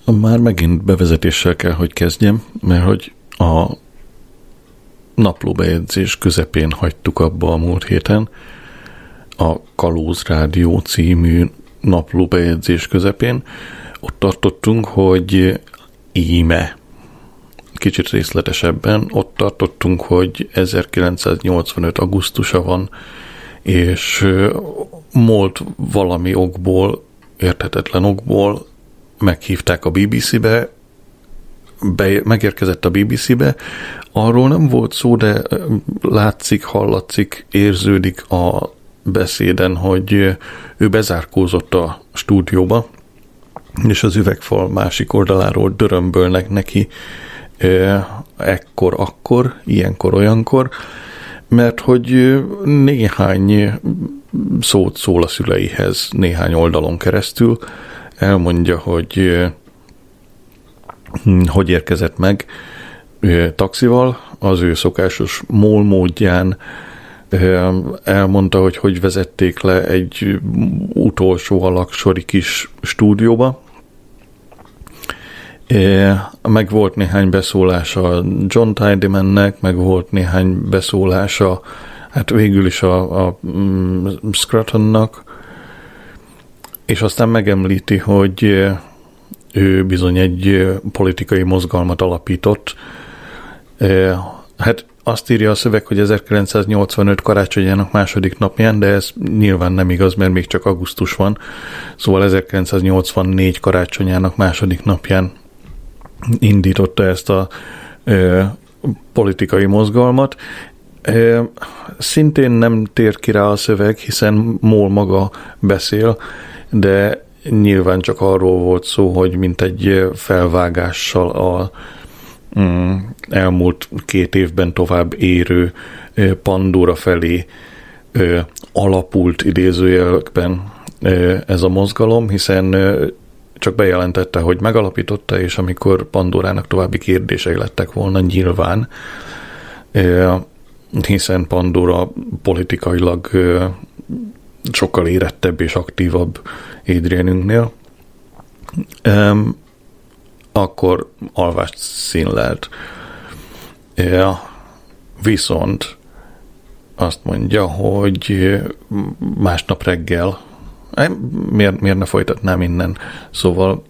Már megint bevezetéssel kell, hogy kezdjem, mert hogy a naplóbejegyzés közepén hagytuk abba a múlt héten, a Kalóz Rádió című naplóbejegyzés közepén. Ott tartottunk, hogy íme. Kicsit részletesebben ott tartottunk, hogy 1985. augusztusa van, és múlt valami okból, érthetetlen okból meghívták a BBC-be, megérkezett a BBC-be, arról nem volt szó, de látszik, hallatszik, érződik a beszéden, hogy ő bezárkózott a stúdióba, és az üvegfal másik oldaláról dörömbölnek neki ekkor-akkor, ilyenkor-olyankor, mert hogy néhány szót szól a szüleihez néhány oldalon keresztül, elmondja, hogy érkezett meg taxival, az ő szokásos mól módján, elmondta, hogy vezették le egy utolsó alaksori kis stúdióba. Meg volt néhány beszólása John Tidymannek, meg volt néhány beszólása, hát végül is a Scrutonnak, és aztán megemlíti, hogy ő bizony egy politikai mozgalmat alapított. Hát azt írja a szöveg, hogy 1985 karácsonyának második napján, de ez nyilván nem igaz, mert még csak augusztus van. Szóval 1984 karácsonyának második napján indította ezt a politikai mozgalmat. Szintén nem tér ki rá a szöveg, hiszen Moll maga beszél, de nyilván csak arról volt szó, hogy mint egy felvágással a elmúlt 2 évben tovább érő Pandora felé alapult idézőjelekben ez a mozgalom, hiszen csak bejelentette, hogy megalapította, és amikor Pandorának további kérdései lettek volna nyilván, hiszen Pandora politikailag sokkal érettebb és aktívabb Adrianünknél, akkor alvást színlelt. Viszont azt mondja, hogy másnap reggel, miért ne folytatnám innen, szóval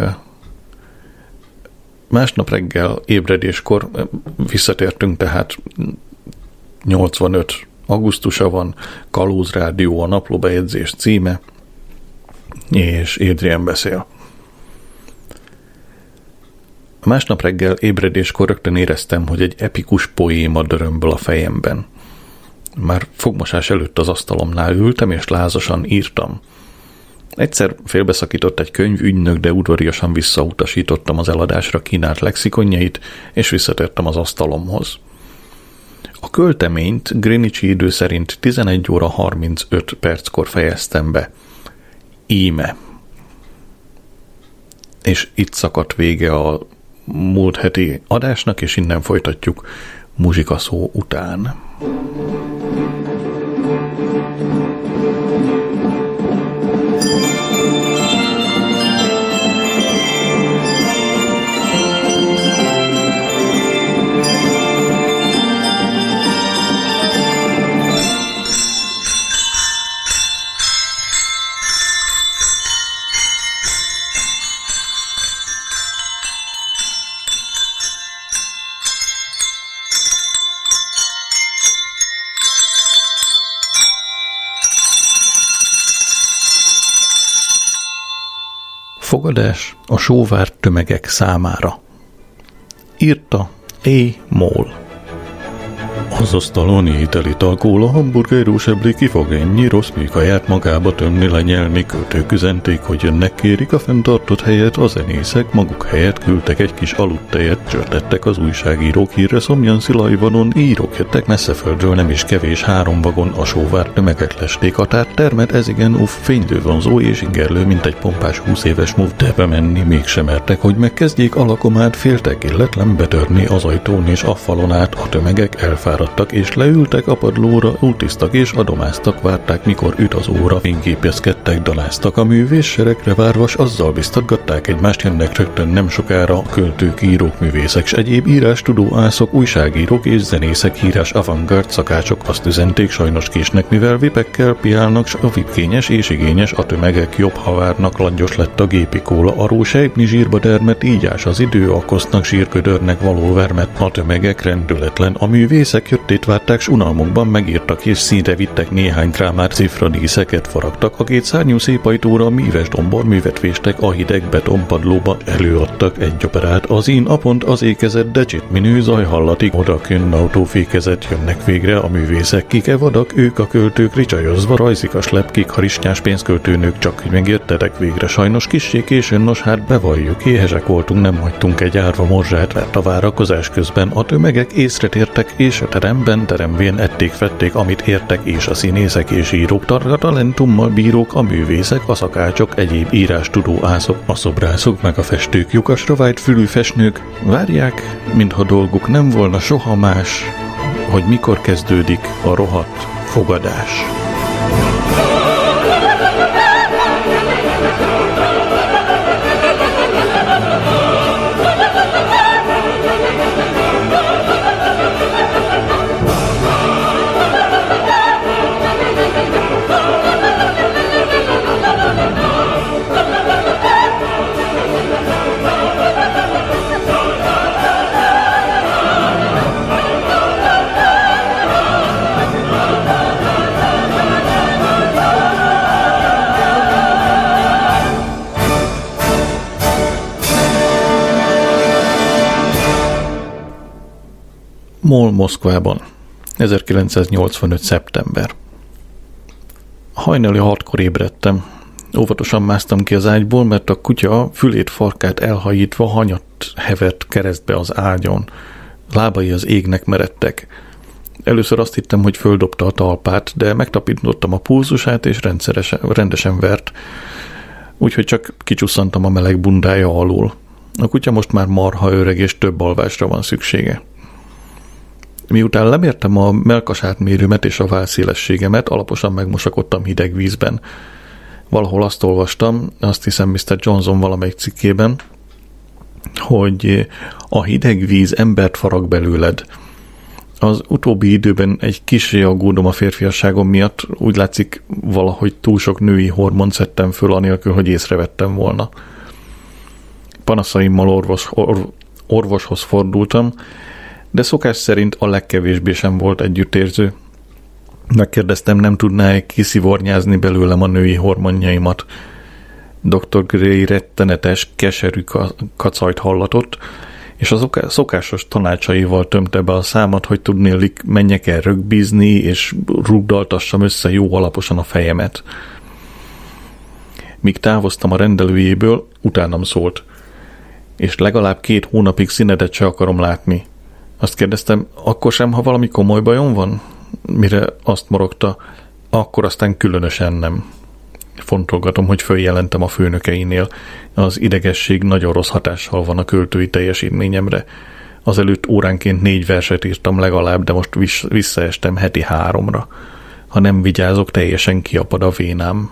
másnap reggel ébredéskor visszatértünk, tehát 85 augusztusa van, Kalóz Rádió a naplóbejegyzés címe, és Adrian beszél. Másnap reggel ébredéskor rögtön éreztem, hogy egy epikus poéma dörömböl a fejemben. Már fogmosás előtt az asztalomnál ültem, és lázasan írtam. Egyszer félbeszakított egy könyvügynök, de udvariasan visszautasítottam az eladásra kínált lexikonjait, és visszatértem az asztalomhoz. A költeményt Greenwichi idő szerint 11 óra 35 perckor fejeztem be. Íme. És itt szakadt vége a múlt heti adásnak, és innen folytatjuk muzsikaszó után. Fogadás a sóvárt tömegek számára. Írta A. Moll. Az asztalon étel-ital, kóla, hamburger, rósebli ki fog ennyi rossz műkaját magába tömni, lenyelni, költők üzenték, hogy jönnek, kérik a fenntartott helyet, a zenészek maguk helyett küldtek egy kis aludtejet, csörtettek az újságírók hírre szomjan Szilajvanon, írók jöttek messzeföldről, nem is kevés 3 vagon, a sóvárt tömegek lesték a termet, ez igen, fénylővonzó és ingerlő, mint egy pompás 20 éves muv, de bemenni mégsem mertek, hogy megkezdjék a lakomát, féltek illetlen betörni az ajtón és a falon át, a tömegek elfáradt megálltak és leültek a padlóra, ultiztak és adomáztak, várták, mikor üt az óra, fényképezkedtek, daláztak. A művész seregre várva, s azzal biztatgatták egymást, jönnek rögtön nem sokára költők, írók, művészek, s egyéb írástudó ászok, újságírók és zenészek, híres avantgárd szakácsok azt üzenték, sajnos késnek, mivel vipekkel piálnak, s a vipkényes és igényes a tömegek jobb, ha várnak, langyos lett a gépi kóla, arról sejpni zsírba dermet, így ás az idő, akosznak, sírködörnek való vermet, a tömegek rendületlen. A művészek jöttét várták, s unalmukban megírtak, és színre vittek néhány drámát, cifradíszeket faragtak, a két szárnyú szép ajtóra míves domborművet véstek, a hideg betonpadlóba előadtak egy operát. Az én apont az ékezett, de csitminő zaj hallatik, odakön autófékezet, jönnek végre a művészek, kike vadak, ők a költők, ricsajozva rajzikas lepkik, harisnyás pénzköltőnők, csak hogy megjöttetek végre, sajnos kissé későn, nos hát bevalljuk, éhesek voltunk, nem hagytunk egy árva morzsát, mert a várakozás közben a tömegek észre tértek, és a teremvén ették-fették, amit értek, és a színészek és írók, talentummal bírók, a művészek, a szakácsok, egyéb írástudó ászok, a szobrászok, meg a festők, lyukasra vájt fülű festők várják, mintha dolguk nem volna soha más, hogy mikor kezdődik a rohadt fogadás. MOL Moszkvában, 1985. szeptember. Hajnali 6-kor ébredtem. Óvatosan másztam ki az ágyból, mert a kutya fülét farkát elhajítva hanyat hevert keresztbe az ágyon. Lábai az égnek meredtek. Először azt hittem, hogy földobta a talpát, de megtapintottam a pulzusát, és rendesen vert. Úgyhogy csak kicsusszantam a meleg bundája alól. A kutya most már marha öreg, és több alvásra van szüksége. Miután lemértem a mellkasátmérőmet és a válszélességemet, alaposan megmosakodtam hideg vízben. Valahol azt olvastam, azt hiszem Mr. Johnson valamelyik cikkében, hogy a hideg víz embert farag belőled. Az utóbbi időben egy kissé aggódom a férfiasságom miatt, úgy látszik valahogy túl sok női hormont szedtem föl, anélkül, hogy észrevettem volna. Panaszaimmal orvoshoz fordultam, de szokás szerint a legkevésbé sem volt együttérző. Megkérdeztem, nem tudná-e kiszivornyázni belőlem a női hormonjaimat. Dr. Gray rettenetes, keserű kacajt hallatott, és a szokásos tanácsaival tömte be a számat, hogy tudnélik menjek el rögbizni, és rugdaltassam össze jó alaposan a fejemet. Míg távoztam a rendelőjéből, utánam szólt, és legalább 2 hónapig színedet se akarom látni. Azt kérdeztem, akkor sem, ha valami komoly bajom van? Mire azt morogta, akkor aztán különösen nem. Fontolgatom, hogy följelentem a főnökeinél. Az idegesség nagyon rossz hatással van a költői teljesítményemre. Azelőtt óránként 4 verset írtam legalább, de most visszaestem heti 3-ra. Ha nem vigyázok, teljesen kiapad a vénám.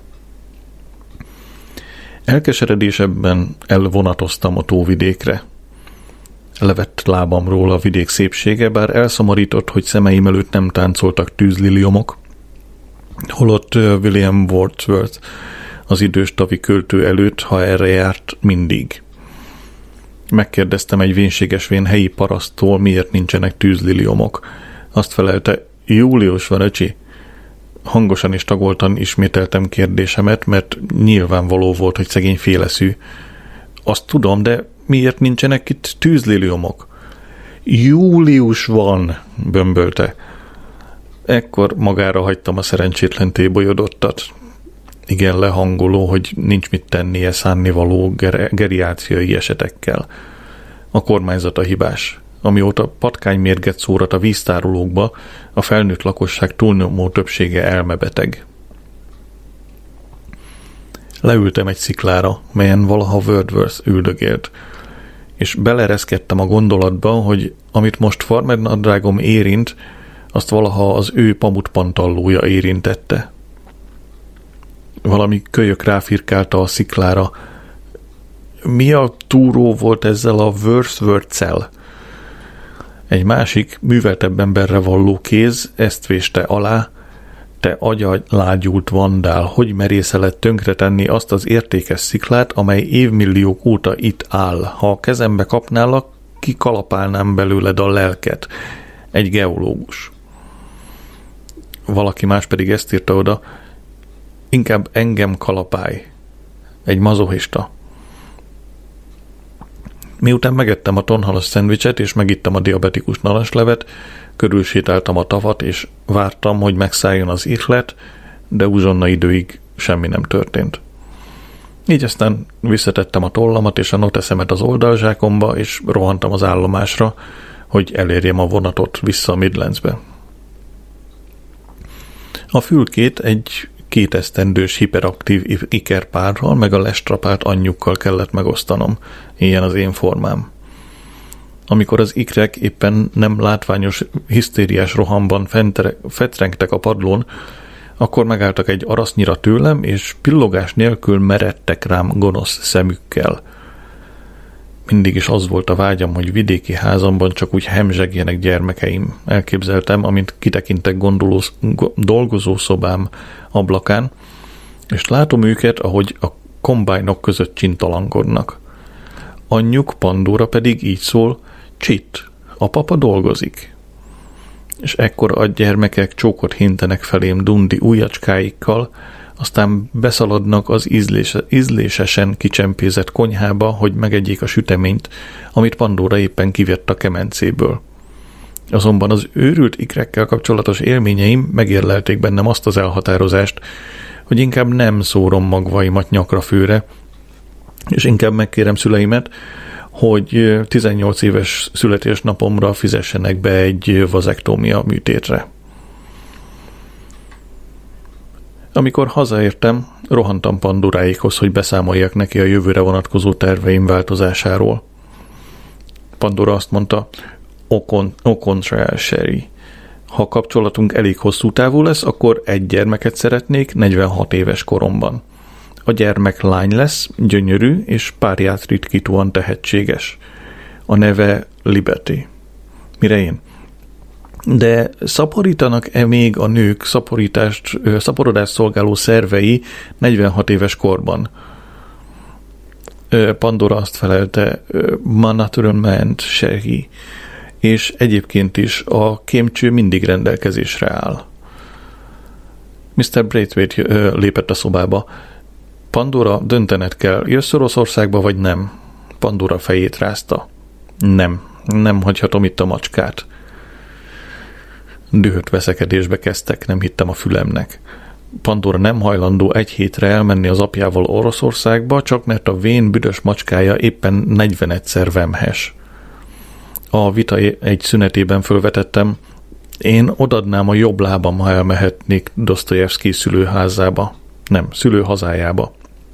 Elkeseredésebben elvonatoztam a tóvidékre. Levett lábamról a vidék szépsége, bár elszomorított, hogy szemeim előtt nem táncoltak tűzliliomok, holott William Wordsworth, az idős tavi költő előtt, ha erre járt, mindig. Megkérdeztem egy vénséges helyi paraszttól, miért nincsenek tűzliliomok. Azt felelte, július van, öcsi. Hangosan és tagoltan ismételtem kérdésemet, mert nyilvánvaló volt, hogy szegény féleszű. Azt tudom, de miért nincsenek itt tűzliliomok? Július van, bömbölte. Ekkor magára hagytam a szerencsétlen tébolyodottat. Igen lehangoló, hogy nincs mit tennie szánnivaló geriátriai esetekkel. A kormányzat a hibás. Amióta patkánymérget szórat a víztárolókba, a felnőtt lakosság túlnyomó többsége elmebeteg. Leültem egy sziklára, melyen valaha Wordsworth üldögélt. és belereszkedtem a gondolatba, hogy amit most farmer nadrágom érint, azt valaha az ő pamutpantallója érintette. Valami kölyök ráfirkálta a sziklára. Mi a túró volt ezzel a Wordsworth-szel? Egy másik, műveltebb emberre valló kéz ezt véste alá: te agyalágyult vandál, hogy merészeled tönkretenni azt az értékes sziklát, amely évmilliók óta itt áll. Ha a kezembe kapnálak, kikalapálnám belőled a lelket. Egy geológus. Valaki más pedig ezt írta oda: inkább engem kalapálj. Egy mazochista. Miután megettem a tonhalas szendvicset és megittem a diabetikus narancslevet, körülsétáltam a tavat és vártam, hogy megszálljon az ihlet, de uzsonna időig semmi nem történt. Így aztán visszatettem a tollamat és a noteszemet az oldalzsákomba, és rohantam az állomásra, hogy elérjem a vonatot vissza a Midlandsbe. A fülkét egy 2 esztendős hiperaktív ikerpárral meg a lestrapált anyjukkal kellett megosztanom, ilyen az én formám. Amikor az ikrek éppen nem látványos, hisztériás rohamban fetrengtek a padlón, akkor megálltak egy arasznyira tőlem, és pillogás nélkül meredtek rám gonosz szemükkel. Mindig is az volt a vágyam, hogy vidéki házamban csak úgy hemzsegjenek gyermekeim. Elképzeltem, amint kitekintek dolgozószobám ablakán, és látom őket, ahogy a kombájnok között csintalankodnak. Anyjuk, Pandora pedig így szól: Csit, a papa dolgozik. És ekkor a gyermekek csókot hintenek felém dundi ujjacskáikkal, aztán beszaladnak az ízlésesen kicsempézett konyhába, hogy megegyék a süteményt, amit Pandora éppen kivett a kemencéből. Azonban az őrült ikrekkel kapcsolatos élményeim megérlelték bennem azt az elhatározást, hogy inkább nem szórom magvaimat nyakra főre, és inkább megkérem szüleimet, hogy 18 éves születésnapomra fizessenek be egy vazektómia műtétre. Amikor hazaértem, rohantam Pandoráékhoz, hogy beszámoljak neki a jövőre vonatkozó terveim változásáról. Pandora azt mondta: Au contraire, chérie. Ha kapcsolatunk elég hosszú távú lesz, akkor egy gyermeket szeretnék 46 éves koromban. A gyermek lány lesz, gyönyörű és párját ritkítóan tehetséges. A neve Liberty. Mire én? De szaporítanak-e még a nők szaporodást szolgáló szervei 46 éves korban? Pandora azt felelte: Ma naturellement, chérie. És egyébként is a kémcső mindig rendelkezésre áll. Mr. Braithwaite lépett a szobába. Pandora, döntened kell, jössz Oroszországba vagy nem? Pandora fejét rázta. Nem hagyhatom itt a macskát. Dühött veszekedésbe kezdtek, nem hittem a fülemnek. Pandora nem hajlandó 1 hétre elmenni az apjával Oroszországba, csak mert a vén büdös macskája éppen 41-szer vemhes. A vita egy szünetében fölvetettem: én odadnám a jobb lábam, ha elmehetnék Dosztojevszkij szülőhazájába.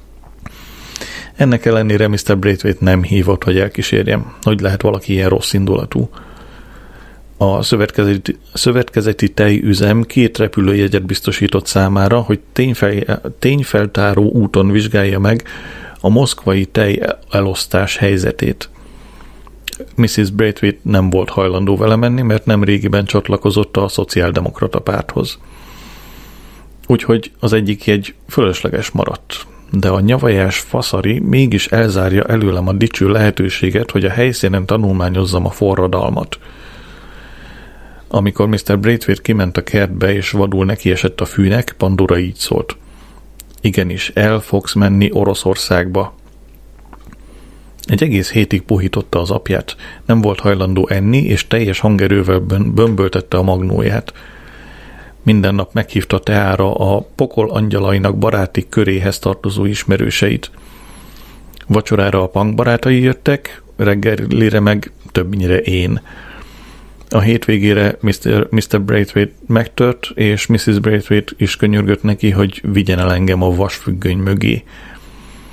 Ennek ellenére Mr. Braithwaite nem hívott, hogy elkísérjem. Hogy lehet valaki ilyen rossz indulatú? A szövetkezeti tejüzem 2 repülőjegyet biztosított számára, hogy tényfeltáró úton vizsgálja meg a moszkvai tej elosztás helyzetét. Mrs. Braithwaite nem volt hajlandó vele menni, mert nem régiben csatlakozott a szociáldemokrata párthoz. Úgyhogy az egyik jegy fölösleges maradt. De a nyavajás faszari mégis elzárja előlem a dicső lehetőséget, hogy a helyszínen tanulmányozzam a forradalmat. Amikor Mr. Braithwaite kiment a kertbe és vadul nekiesett a fűnek, Pandora így szólt: igenis, el fogsz menni Oroszországba. Egy egész hétig puhította az apját, nem volt hajlandó enni, és teljes hangerővel bömböltette a magnóját. Minden nap meghívta teára a pokol angyalainak baráti köréhez tartozó ismerőseit. Vacsorára a punk barátai jöttek, reggelire meg többnyire én. A hétvégére Mr. Braithwaite megtört, és Mrs. Braithwaite is könyörgött neki, hogy vigyen el engem a vasfüggöny mögé.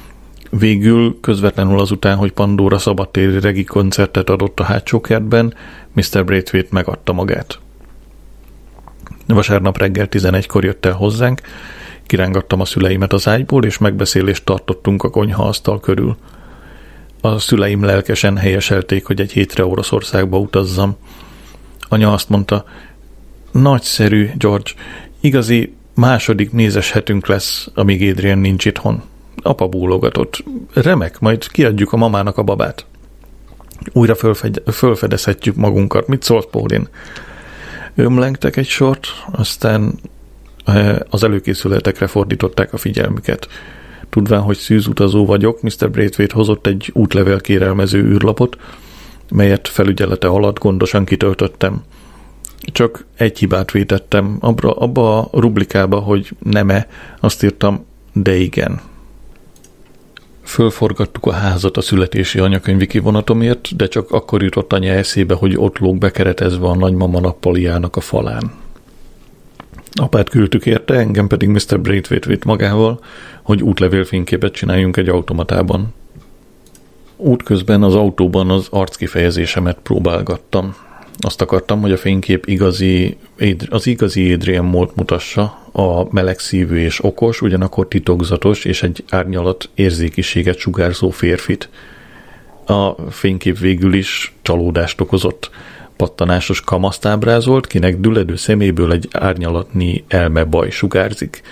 Végül közvetlenül azután, hogy Pandora szabadtéri regi koncertet adott a hátsó kertben, Mr. Braithwaite megadta magát. Vasárnap reggel 11-kor jött el hozzánk, kirángattam a szüleimet az ágyból, és megbeszélést tartottunk a konyhaasztal körül. A szüleim lelkesen helyeselték, hogy egy hétre Oroszországba utazzam. Anya azt mondta, nagyszerű, George, igazi második mézes hetünk lesz, amíg Adrian nincs itthon. Apa bólogatott. Remek, majd kiadjuk a mamának a babát. Újra fölfedezhetjük magunkat. Mit szólsz, Pauline? Ömlengtek egy sort, aztán az előkészületekre fordították a figyelmüket. Tudván, hogy szűzutazó vagyok, Mr. Braithwaite hozott egy útlevél kérelmező űrlapot, melyet felügyelete alatt gondosan kitöltöttem. Csak egy hibát vétettem. Abba a rublikába, hogy nem-e, azt írtam, de igen. Fölforgattuk a házat a születési anyakönyvi kivonatomért, de csak akkor jutott anya eszébe, hogy ott lóg bekeretezve a nagymama nappaliának a falán. Apát küldtük érte, engem pedig Mr. Braithwaite vitt magával, hogy útlevélfényképet csináljunk egy automatában. Útközben az autóban az arckifejezésemet próbálgattam. Azt akartam, hogy a fénykép az igazi Adrian Moult mutassa, a melegszívű és okos, ugyanakkor titokzatos és egy árnyalat érzékiséget sugárzó férfit. A fénykép végül is csalódást okozott. Pattanásos kamaszt ábrázolt, kinek düledő szeméből egy árnyalatnyi elmebaj sugárzik.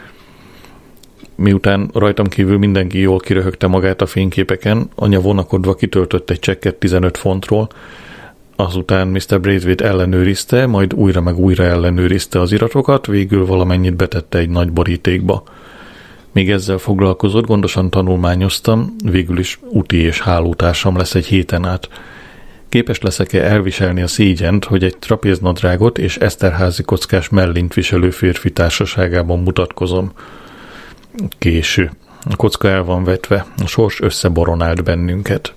Miután rajtam kívül mindenki jól kiröhögte magát a fényképeken, anya vonakodva kitöltött egy csekket 15 fontról, azután Mr. Braithwaite ellenőrizte, majd újra meg újra ellenőrizte az iratokat, végül valamennyit betette egy nagy borítékba. Még ezzel foglalkozott, gondosan tanulmányoztam, végül is úti és hálótársam lesz egy héten át. Képes leszek-e elviselni a szégyent, hogy egy trapéznadrágot és eszterházi kockás mellint viselő férfi társaságában mutatkozom? Késő. A kocka el van vetve, a sors összeboronált bennünket.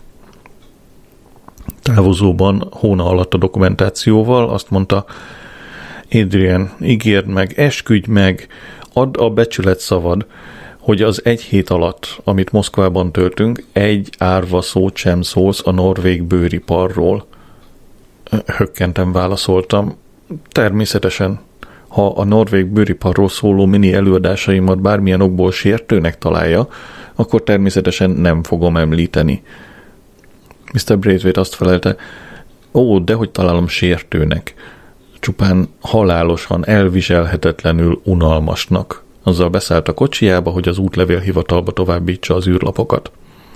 Távozóban hóna alatt a dokumentációval azt mondta, Adrian, ígérd meg, esküdj meg, add a becsület szavad, hogy az egy hét alatt, amit Moszkvában töltünk, egy árva szót sem szólsz a norvég bőriparról. Hökkenten válaszoltam. Természetesen, ha a norvég bőriparról szóló mini előadásaimat bármilyen okból sértőnek találja, akkor természetesen nem fogom említeni. Mr. Braithwaite azt felelte, dehogy találom sértőnek. Csupán halálosan, elviselhetetlenül unalmasnak. Azzal beszállt a kocsijába, hogy az útlevélhivatalba továbbítsa az űrlapokat.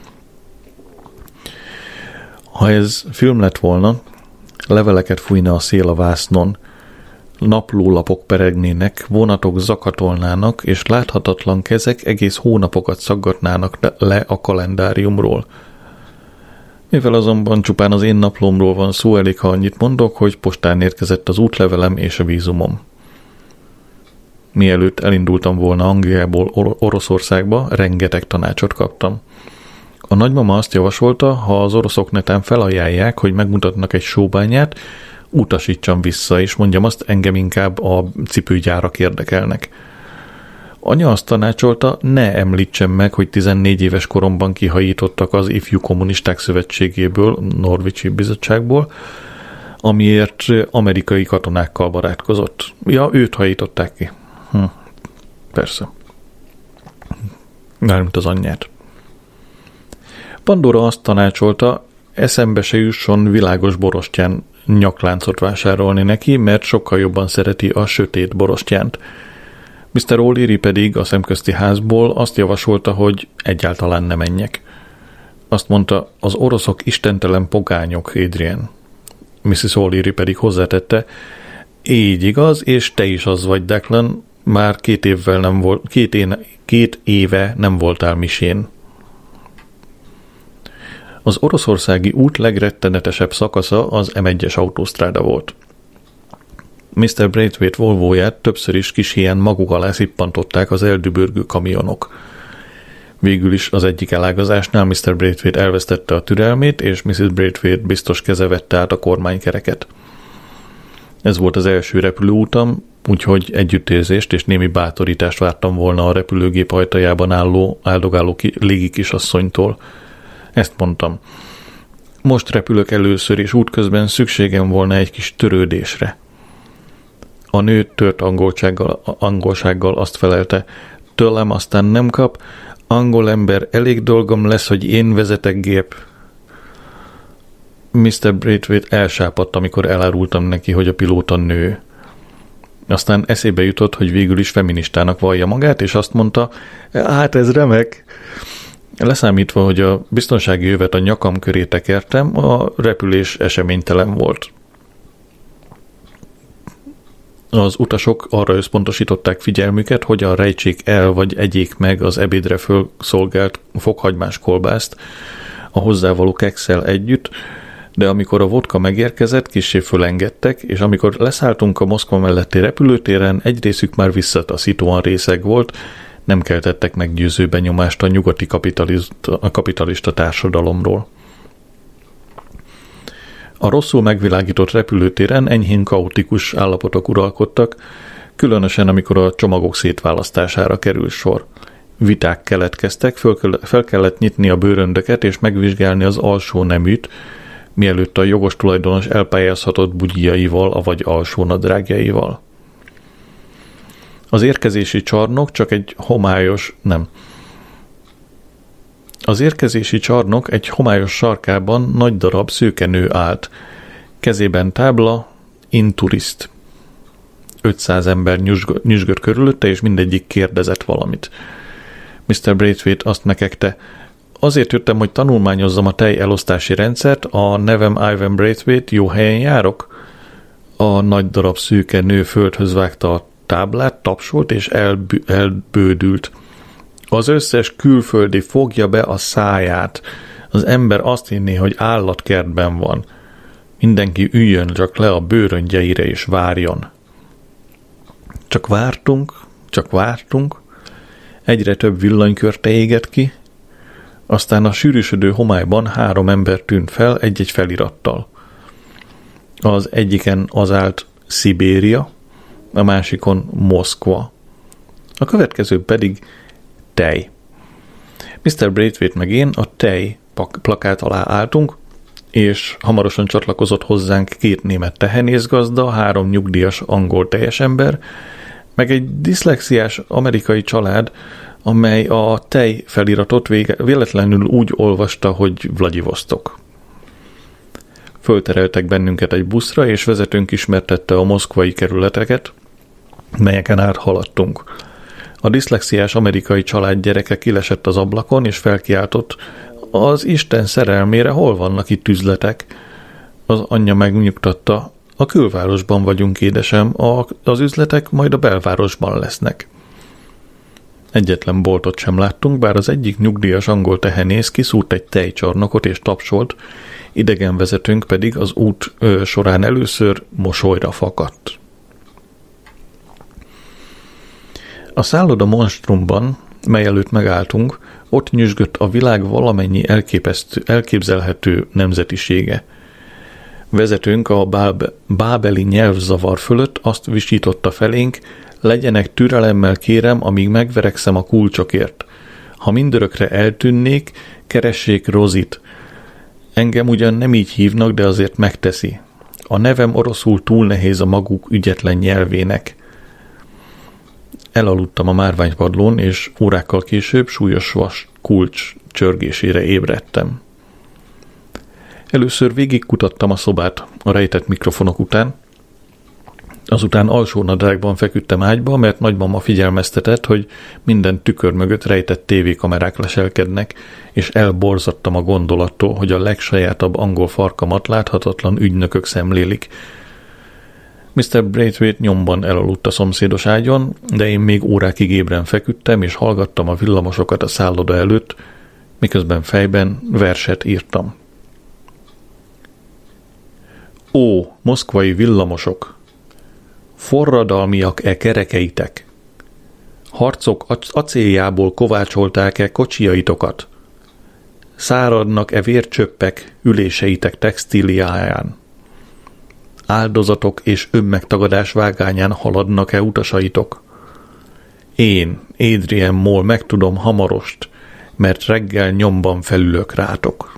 Ha ez film lett volna, leveleket fújna a szél a vásznon, naplólapok peregnének, vonatok zakatolnának, és láthatatlan kezek egész hónapokat szaggatnának le a kalendáriumról. Mivel azonban csupán az én naplómról van szó, elég, ha annyit mondok, hogy postán érkezett az útlevelem és a vízumom. Mielőtt elindultam volna Angliából Oroszországba, rengeteg tanácsot kaptam. A nagymama azt javasolta, ha az oroszok netán felajánlják, hogy megmutatnak egy sóbányát, utasítsam vissza, és mondjam azt, engem inkább a cipőgyárak érdekelnek. Anya azt tanácsolta, ne említsem meg, hogy 14 éves koromban kihajítottak az Ifjú Kommunisták Szövetségéből, Norwicsi Bizottságból, amiért amerikai katonákkal barátkozott. Ja, őt hajították ki. Persze. Mármint az anyját. Pandora azt tanácsolta, eszembe se jusson világos borostyán nyakláncot vásárolni neki, mert sokkal jobban szereti a sötét borostyánt. Mr. O'Leary pedig a szemközti házból azt javasolta, hogy egyáltalán ne menjek. Azt mondta, az oroszok istentelen pogányok, Adrian. Mrs. O'Leary pedig hozzátette, így igaz, és te is az vagy, Declan, már 2 éve nem voltál misén. Az oroszországi út legrettenetesebb szakasza az M1-es autósztráda volt. Mr. Braithwaite Volvóját többször is kis híján maguk alá szippantották az eldübörgő kamionok. Végül is az egyik elágazásnál Mr. Braithwaite elvesztette a türelmét, és Mrs. Braithwaite biztos keze vette át a kormánykereket. Ez volt az első repülőútam, úgyhogy együttérzést és némi bátorítást vártam volna a repülőgép ajtajában áldogáló légikisasszonytól. Ezt mondtam. Most repülök először, és útközben szükségem volna egy kis törődésre. A nő tört angolsággal azt felelte, tőlem aztán nem kap, angol ember, elég dolgom lesz, hogy én vezetek gép. Mr. Braithwaite elsápadt, amikor elárultam neki, hogy a pilóta nő. Aztán eszébe jutott, hogy végül is feministának vallja magát, és azt mondta, hát ez remek. Leszámítva, hogy a biztonsági övet a nyakam köré tekertem, a repülés eseménytelen volt. Az utasok arra összpontosították figyelmüket, hogyan rejtsék el vagy egyék meg az ebédre fölszolgált fokhagymás kolbászt a hozzávaló kekszel együtt, de amikor a vodka megérkezett, kissé fölengedtek, és amikor leszálltunk a Moszkva melletti repülőtéren, egy részük már visszataszítóan részeg volt, nem keltettek meggyőző benyomást a nyugati kapitalista társadalomról. A rosszul megvilágított repülőtéren enyhén kaotikus állapotok uralkodtak, különösen amikor a csomagok szétválasztására került sor. Viták keletkeztek, fel kellett nyitni a bőröndöket és megvizsgálni az alsó neműt, mielőtt a jogos tulajdonos elpályázhatott bugyjaival, avagy alsó nadrágjaival. Az érkezési csarnok egy homályos sarkában nagy darab szőkenő állt. Kezében tábla, inturist. 500 ember nyüzsgött körülötte, és mindegyik kérdezett valamit. Mr. Braithwaite azt nekekte, azért jöttem, hogy tanulmányozzam a tej elosztási rendszert, a nevem Ivan Braithwaite, jó helyen járok? A nagy darab szőke nő földhöz vágta a táblát, tapsolt és elbődült. Az összes külföldi fogja be a száját. Az ember azt hinné, hogy állatkertben van. Mindenki üljön csak le a bőröndjeire és várjon. Csak vártunk. Egyre több villanykörte égett ki, aztán a sűrűsödő homályban 3 ember tűnt fel egy-egy felirattal. Az egyiken az állt Szibéria, a másikon Moszkva. A következő pedig tej. Mr. Braithwaite meg én a tej plakát alá álltunk, és hamarosan csatlakozott hozzánk 2 német tehenészgazda, 3 nyugdíjas angol tejesember, meg egy diszlexiás amerikai család, amely a tej feliratot véletlenül úgy olvasta, hogy Vladivostok. Föltereltek bennünket egy buszra, és vezetőnk ismertette a moszkvai kerületeket, melyeken áthaladtunk. A diszlexiás amerikai család gyereke kilesett az ablakon, és felkiáltott, az Isten szerelmére hol vannak itt üzletek? Az anyja megnyugtatta, a külvárosban vagyunk, édesem, az üzletek majd a belvárosban lesznek. Egyetlen boltot sem láttunk, bár az egyik nyugdíjas angol tehenész kiszúrt egy tejcsarnokot és tapsolt, idegenvezetőnk pedig az út során először mosolyra fakadt. A szálloda monstrumban, mely előtt megálltunk, ott nyüzsgött a világ valamennyi elképzelhető nemzetisége. Vezetőnk a bábeli nyelvzavar fölött azt visította felénk, legyenek türelemmel kérem, amíg megverekszem a kulcsokért. Ha mindörökre eltűnnék, keressék Rozit. Engem ugyan nem így hívnak, de azért megteszi. A nevem oroszul túl nehéz a maguk ügyetlen nyelvének. Elaludtam a márványpadlón, és órákkal később súlyos vas kulcs csörgésére ébredtem. Először végigkutattam a szobát a rejtett mikrofonok után, azután alsó nadrágban feküdtem ágyba, mert nagymama figyelmeztetett, hogy minden tükör mögött rejtett tévékamerák leselkednek, és elborzadtam a gondolattól, hogy a legsajátabb angol farkamat láthatatlan ügynökök szemlélik. Mr. Braithwaite nyomban elaludt a szomszédos ágyon, de én még órákig ébren feküdtem, és hallgattam a villamosokat a szálloda előtt, miközben fejben verset írtam. Ó, moszkvai villamosok! Forradalmiak-e kerekeitek? Harcok acéljából kovácsolták-e kocsiaitokat? Száradnak-e vércsöppek üléseitek textíliáján? áldozatok és önmegtagadás vágányán haladnak-e utasaitok? Én, Adrian Mole megtudom hamarost, mert reggel nyomban felülök rátok.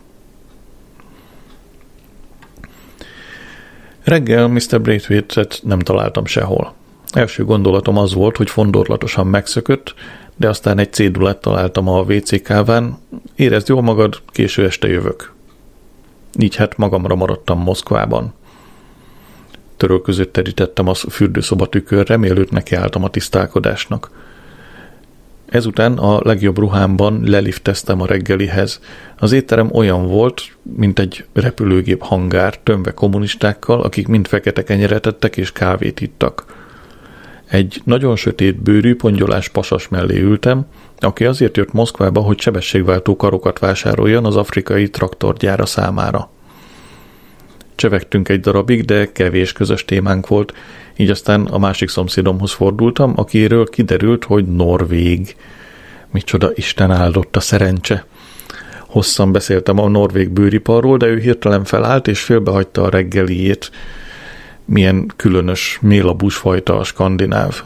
Reggel Mr. Braithwaite-et nem találtam sehol. Első gondolatom az volt, hogy fondorlatosan megszökött, de aztán egy cédulát találtam a WC káván, érezd jól magad, késő este jövök. Így hát magamra maradtam Moszkvában. Törölközőt terítettem a fürdőszoba tükörre, mielőtt nekiálltam a tisztálkodásnak. Ezután a legjobb ruhámban lelifteztem a reggelihez. Az étterem olyan volt, mint egy repülőgép hangár, tömve kommunistákkal, akik mind fekete kenyeret ettek és kávét ittak. Egy nagyon sötét bőrű, pongyolás pasas mellé ültem, aki azért jött Moszkvába, hogy sebességváltó karokat vásároljon az afrikai traktorgyára számára. Csevegtünk egy darabig, de kevés közös témánk volt, így aztán a másik szomszédomhoz fordultam, akiről kiderült, hogy norvég. Micsoda Isten áldotta szerencse. Hosszan beszéltem a norvég bőriparról, de ő hirtelen felállt és félbehagyta a reggeliét. Milyen különös mélabúsfajta a skandináv.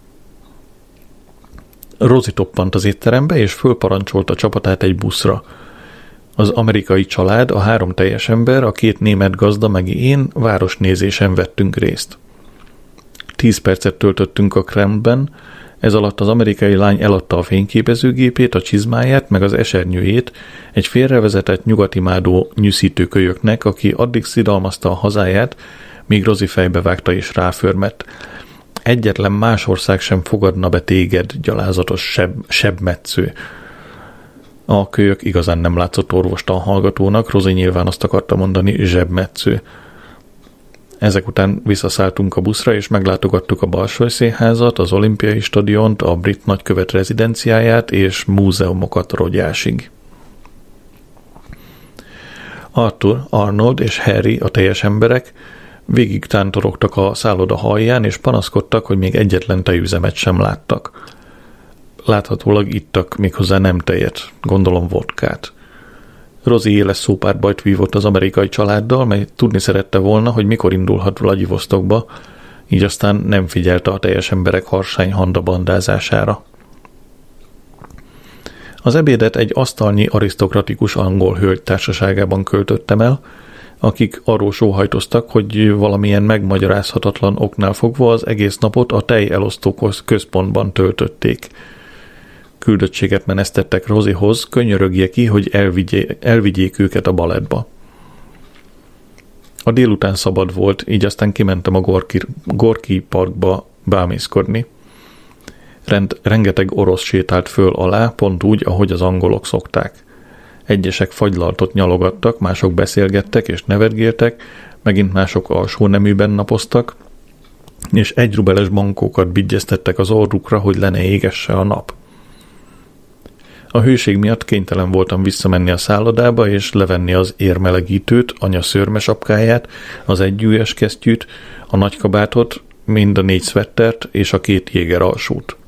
Rozi toppant az étterembe, és fölparancsolta a csapatát egy buszra. Az amerikai család, a 3 teljes ember, a 2 német gazda meg én városnézésen vettünk részt. 10 percet töltöttünk a Kremlben, ez alatt az amerikai lány eladta a fényképezőgépét, a csizmáját, meg az esernyőjét egy félrevezetett nyugatimádó nyűszítőkölyöknek, aki addig szidalmazta a hazáját, míg Rozi fejbevágta és ráförmett. Egyetlen más ország sem fogadna be téged, gyalázatos sebmetsző. A kölyök igazán nem látszott orvostan hallgatónak, Rozi nyilván azt akarta mondani, zsebmetsző. Ezek után visszaszálltunk a buszra, és meglátogattuk a Balsoj-színházat, az olimpiai stadiont, a brit nagykövet rezidenciáját és múzeumokat Rogyásig. Arthur, Arnold és Harry, a teljes emberek, végig tántorogtak a szálloda alján, és panaszkodtak, hogy még egyetlen tejüzemet sem láttak. Láthatólag ittak méghozzá nem tejet, gondolom vodkát. Rozi éles szópárbajt vívott az amerikai családdal, mely tudni szerette volna, hogy mikor indulhat Vladivosztokba, így aztán nem figyelte a teljes emberek harsány handabandázására. Az ebédet egy asztalnyi arisztokratikus angol hölgy társaságában költöttem el, akik arról sóhajtoztak, hogy valamilyen megmagyarázhatatlan oknál fogva az egész napot a tejelosztó központban töltötték. Küldöttséget menesztettek Rozihoz, könyörögje ki, hogy elvigyék őket a balettba. A délután szabad volt, így aztán kimentem a Gorki parkba bámészkodni. Rengeteg orosz sétált föl alá, pont úgy, ahogy az angolok szokták. Egyesek fagylaltot nyalogattak, mások beszélgettek és nevetgéltek, megint mások alsó neműben napoztak, és 1 rubeles bankókat bigyeztettek az orrukra, hogy le ne égesse a nap. A hőség miatt kénytelen voltam visszamenni a szállodába, és levenni az érmelegítőt, anya szőrmesapkáját, az együlyes kesztyűt, a nagykabátot, mind a 4 szvettert és a 2 jéger alsót.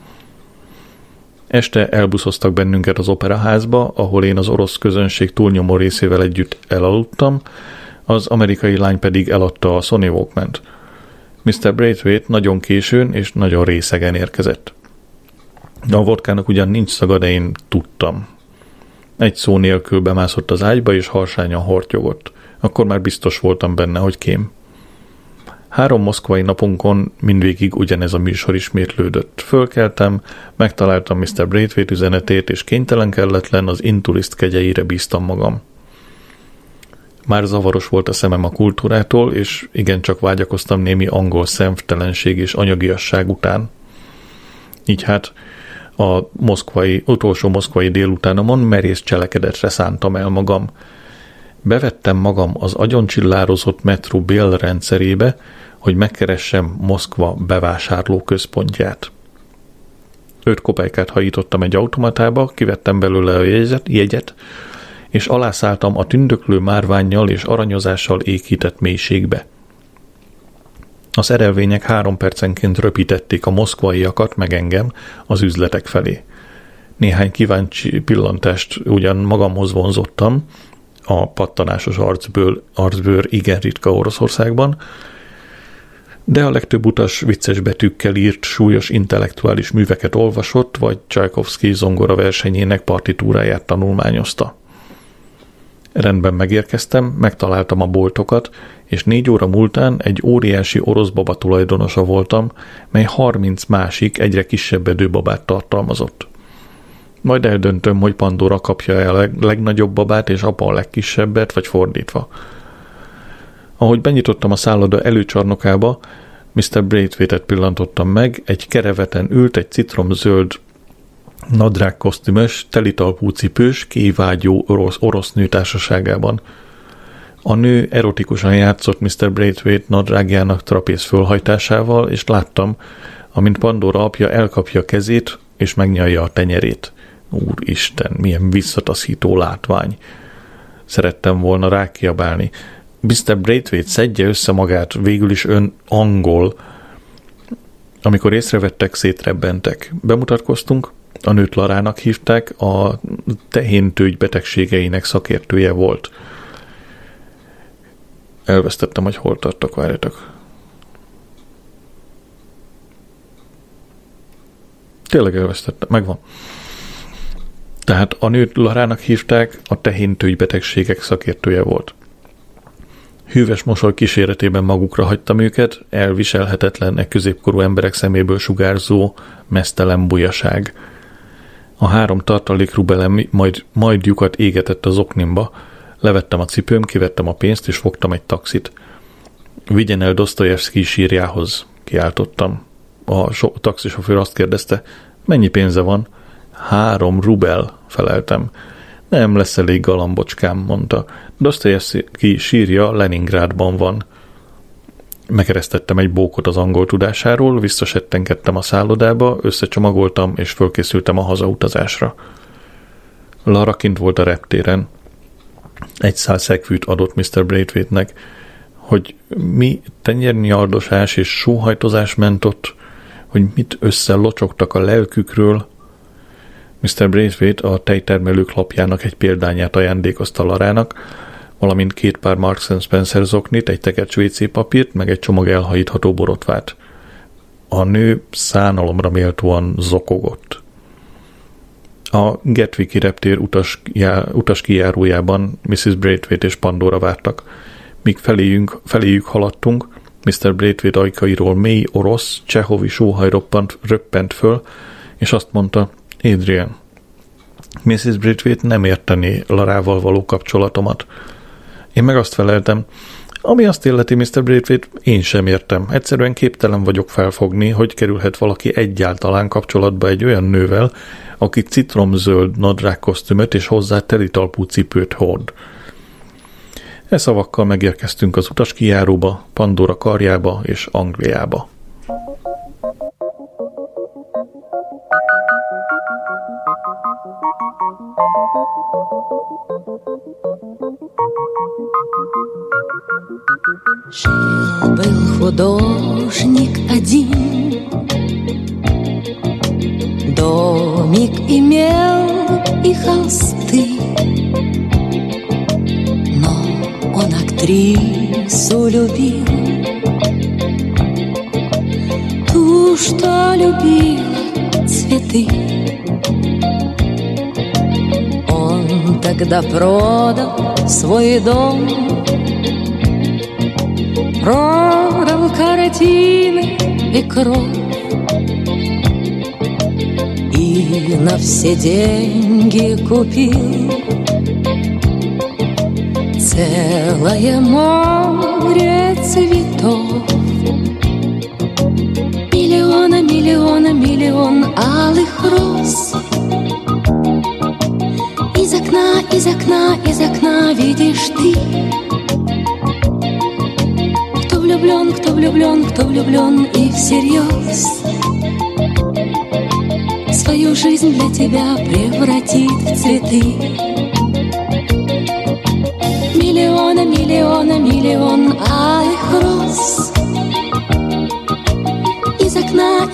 Este elbuszoztak bennünket az operaházba, ahol én az orosz közönség túlnyomó részével együtt elaludtam, az amerikai lány pedig eladta a Sony Walkmant. Mr. Braithwaite nagyon későn és nagyon részegen érkezett. A vodkának ugyan nincs szaga, de én tudtam. Egy szó nélkül bemászott az ágyba, és harsányan hortyogott. Akkor már biztos voltam benne, hogy kém. 3 moszkvai napunkon mindvégig ugyanez a műsor ismétlődött. Fölkeltem, megtaláltam Mr. Braithwaite üzenetét, és kénytelen-kelletlen az Intulist kegyeire bíztam magam. Már zavaros volt a szemem a kultúrától, és igencsak vágyakoztam némi angol szemtelenség és anyagiasság után. Így hát a utolsó moszkvai délutánomon merész cselekedetre szántam el magam. Bevettem magam az agyoncsillározott metró bélrendszerébe, hogy megkeressem Moszkva bevásárló központját. 5 kopejkát hajítottam egy automatába, kivettem belőle a jegyet, és alászálltam a tündöklő márvánnyal és aranyozással ékített mélységbe. A szerelvények 3 percenként röpítették a moszkvaiakat meg engem az üzletek felé. Néhány kíváncsi pillantást ugyan magamhoz vonzottam, a pattanásos arcbőr igen ritka Oroszországban, de a legtöbb utas vicces betűkkel írt súlyos intellektuális műveket olvasott, vagy Csajkovszky zongora versenyének partitúráját tanulmányozta. Rendben megérkeztem, megtaláltam a boltokat, és 4 óra múltán egy óriási orosz baba tulajdonosa voltam, mely 30 másik, egyre kisebbedő babát tartalmazott. Majd eldöntöm, hogy Pandora kapja a legnagyobb babát, és apa a legkisebbet, vagy fordítva. Ahogy benyitottam a szálloda előcsarnokába, Mr. Braithwaite-et pillantottam meg, egy kereveten ült egy citromzöld nadrág kosztümös, telitalpú cipős, kévágyó orosz nő társaságában. A nő erotikusan játszott Mr. Braithwaite nadrágjának trapéz fölhajtásával, és láttam, amint Pandora apja elkapja kezét, és megnyalja a tenyerét. Úristen, milyen visszataszító látvány! Szerettem volna rákiabálni. Mr. Braithwaite, szedje össze magát, végül is ön angol. Amikor észrevettek, szétrebbentek. Bemutatkoztunk, a nőt Larának hívták, a tehéntőgy betegségeinek szakértője volt. Elvesztettem, hogy hol tartok, várjatok. Tényleg elvesztettem, megvan. Tehát a nőt Larának hívták, a tehéntőgy betegségek szakértője volt. Hűvös mosoly kíséretében magukra hagytam őket, elviselhetetlen középkorú emberek szeméből sugárzó, meztelen bujaság. A 3 tartalék rubelem majd lyukat égetett az oknimba, levettem a cipőm, kivettem a pénzt, és fogtam egy taxit. Vigyen el Dosztojevszkij sírjához, kiáltottam. A taxisofőr azt kérdezte, mennyi pénze van? 3 rubel, feleltem. Nem lesz elég galambocskám, mondta. Dosztojevszkij sírja Leningrádban van. Megeresztettem egy bókot az angol tudásáról, visszasettenkedtem a szállodába, összecsomagoltam, és fölkészültem a hazautazásra. Lara kint volt a reptéren. Egy szál szegfűt adott Mr. Braithwaite-nek, hogy mi tenyérnyaldosás és sóhajtozás ment ott, hogy mit összelocsogtak a lelkükről. Mr. Braithwaite a tejtermelők lapjának egy példányát ajándékozta Larának, valamint 2 pár Marks & Spencer zoknit, egy tekercs WC papírt, meg egy csomag elhajítható borotvát. A nő szánalomra méltóan zokogott. A Gatwicki reptér utas kijárójában Mrs. Braithwaite és Pandora vártak. Míg feléjük haladtunk, Mr. Braithwaite ajkairól mély orosz, csehovi sóhaj röppent föl, és azt mondta, Adrian, Mrs. Braithwaite nem értené Larával való kapcsolatomat. Én meg azt feleltem, ami azt illeti, Mr. Braithwaite, én sem értem. Egyszerűen képtelen vagyok felfogni, hogy kerülhet valaki egyáltalán kapcsolatba egy olyan nővel, aki citromzöld nadrágkosztümöt és hozzá telitalpú cipőt hord. E szavakkal megérkeztünk az utaskijáróba, Pandora karjába és Angliába. Жил-был художник один, домик имел и холсты, но он актрису любил, ту, что любила цветы. Он тогда продал свой дом, продал картины и кровь, и на все деньги купил целое море цветов. Миллион алых роз. Из окна видишь ты, кто влюблен и всерьез свою жизнь для тебя превратит в цветы. Миллион алых роз.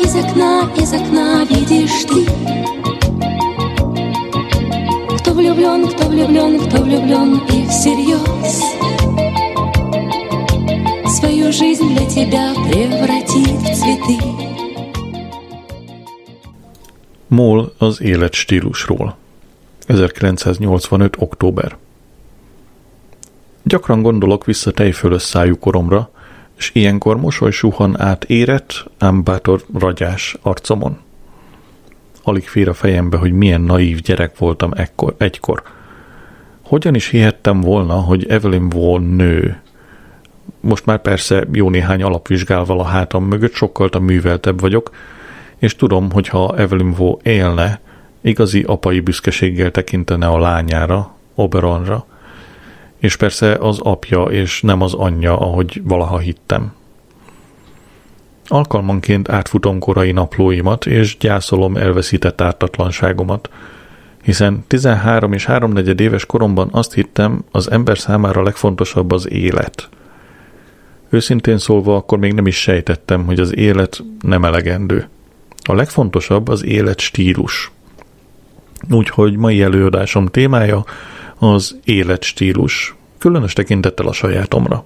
Из окна видишь ты, кто влюблен кто влюблен и всерьез свою жизнь для тебя превратит в цветы. Mól az életstílusról. 1985. október. Gyakran gondolok vissza tejfölös szájú koromra, és ilyenkor mosoly suhan át érett, ám bátor ragyás arcomon. Alig fér a fejembe, hogy milyen naív gyerek voltam egykor. Hogyan is hihettem volna, hogy Evelyn Waugh nő? Most már persze jó néhány alapvizsgálval a hátam mögött sokkal műveltebb vagyok, és tudom, hogy ha Evelyn Waugh élne, igazi apai büszkeséggel tekintene a lányára, Oberonra, és persze az apja és nem az anyja, ahogy valaha hittem. Alkalmanként átfutom korai naplóimat, és gyászolom elveszített ártatlanságomat, hiszen 13 és 3/4 éves koromban azt hittem, az ember számára legfontosabb az élet. Őszintén szólva akkor még nem is sejtettem, hogy az élet nem elegendő. A legfontosabb az életstílus. Úgyhogy mai előadásom témája az életstílus, különös tekintettel a sajátomra.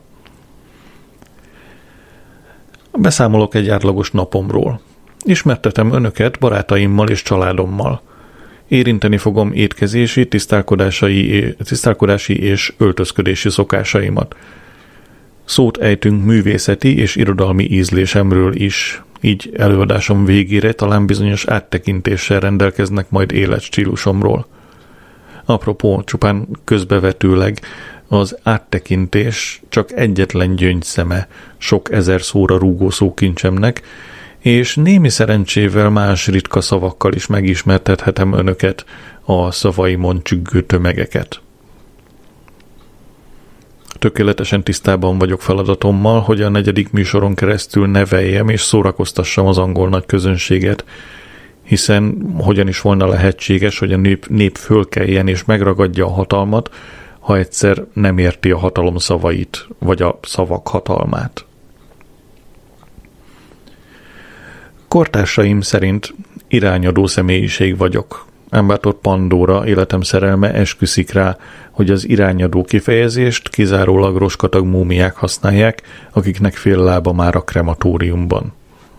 Beszámolok egy átlagos napomról. Ismertetem önöket barátaimmal és családommal. Érinteni fogom étkezési, tisztálkodási és öltözködési szokásaimat. Szót ejtünk művészeti és irodalmi ízlésemről is, így előadásom végére talán bizonyos áttekintéssel rendelkeznek majd életstílusomról. Apropó, csupán közbevetőleg, az áttekintés csak egyetlen gyöngyszeme sok ezer szóra rúgó szókincsemnek, és némi szerencsével más ritka szavakkal is megismertethetem önöket, a szavaimon csüggő tömegeket. Tökéletesen tisztában vagyok feladatommal, hogy a 4. műsoron keresztül neveljem és szórakoztassam az angol nagy közönséget, hiszen hogyan is volna lehetséges, hogy a nép fölkeljen és megragadja a hatalmat, ha egyszer nem érti a hatalom szavait, vagy a szavak hatalmát. Kortársaim szerint irányadó személyiség vagyok. Ámbátor Pandóra, életem szerelme esküszik rá, hogy az irányadó kifejezést kizárólag roskatag múmiák használják, akiknek fél lába már a krematóriumban.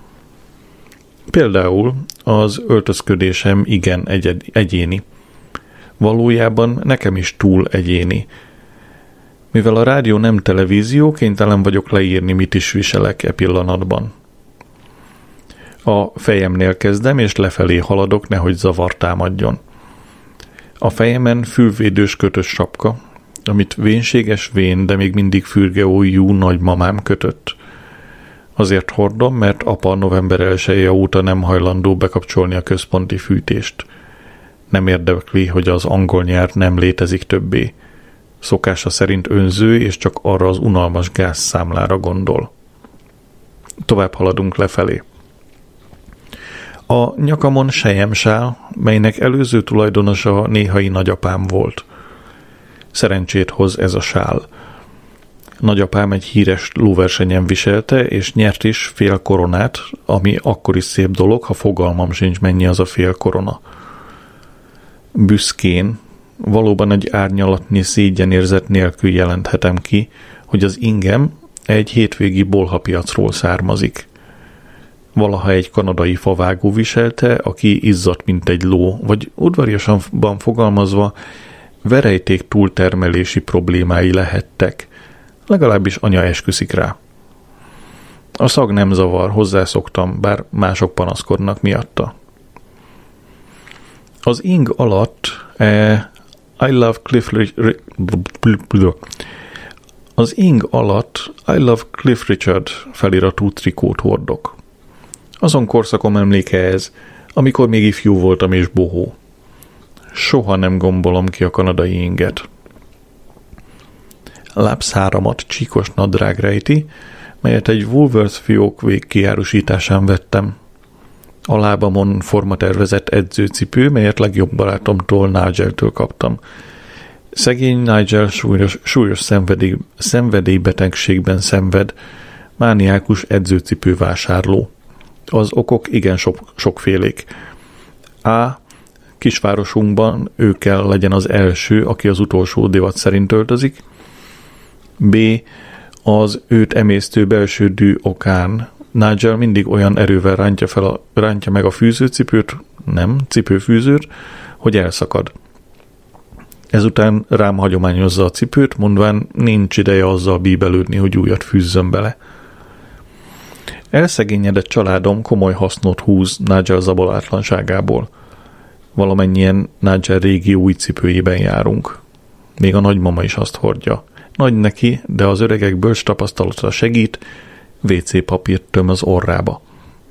Például az öltözködésem igen egyéni. Valójában nekem is túl egyéni. Mivel a rádió nem televízió, kénytelen vagyok leírni, mit is viselek e pillanatban. A fejemnél kezdem, és lefelé haladok, nehogy zavar támadjon. A fejemen fülvédős kötös sapka, amit vénséges vén, de még mindig fürgeójú nagymamám kötött. Azért hordom, mert apa november 1-e óta nem hajlandó bekapcsolni a központi fűtést. Nem érdekli, hogy az angol nyelv nem létezik többé. Szokása szerint önző, és csak arra az unalmas gázszámlára gondol. Tovább haladunk lefelé. A nyakamon selyemsál, melynek előző tulajdonosa néhai nagyapám volt. Szerencsét hoz ez a sál. Nagyapám egy híres lóversenyen viselte, és nyert is fél koronát, ami akkor is szép dolog, ha fogalmam sincs, mennyi az a fél korona. Büszkén, valóban egy árnyalatnyi szégyenérzet nélkül jelenthetem ki, hogy az ingem egy hétvégi bolhapiacról származik. Valaha egy kanadai favágó viselte, aki izzadt, mint egy ló, vagy udvariasanban fogalmazva, verejték túltermelési problémái lehettek. Legalábbis anya esküszik rá. A szag nem zavar, hozzászoktam, bár mások panaszkodnak miatta. Az ing alatt I love Cliff Richard feliratú trikót hordok. Azon korszakom emléke ez, amikor még ifjú voltam és bohó. Soha nem gombolom ki a kanadai inget. Lábszáramat csíkos nadrág rejti, melyet egy Woolworth fiók végkiárusításán vettem. A lábamon formatervezett edzőcipő, melyet legjobb barátomtól, Nigeltől kaptam. Szegény Nigel súlyos szenvedélybetegségben szenved, mániákus edzőcipő vásárló. Az okok igen sokfélék. A. kisvárosunkban ő kell legyen az első, aki az utolsó divat szerint öltözik. B. Az őt emésztő belső dű okán Nigel mindig olyan erővel rántja meg a fűzőcipőt, nem, cipőfűzőt, hogy elszakad. Ezután rám hagyományozza a cipőt, mondván nincs ideje azzal bíbelődni, hogy újat fűzzön bele. Elszegényedett családom komoly hasznot húz Nigel zabolátlanságából. Valamennyien Nigel régi új cipőjében járunk. Még a nagymama is azt hordja. Nagy neki, de az öregek bölcs tapasztalata segít, WC papírt töm az orrába.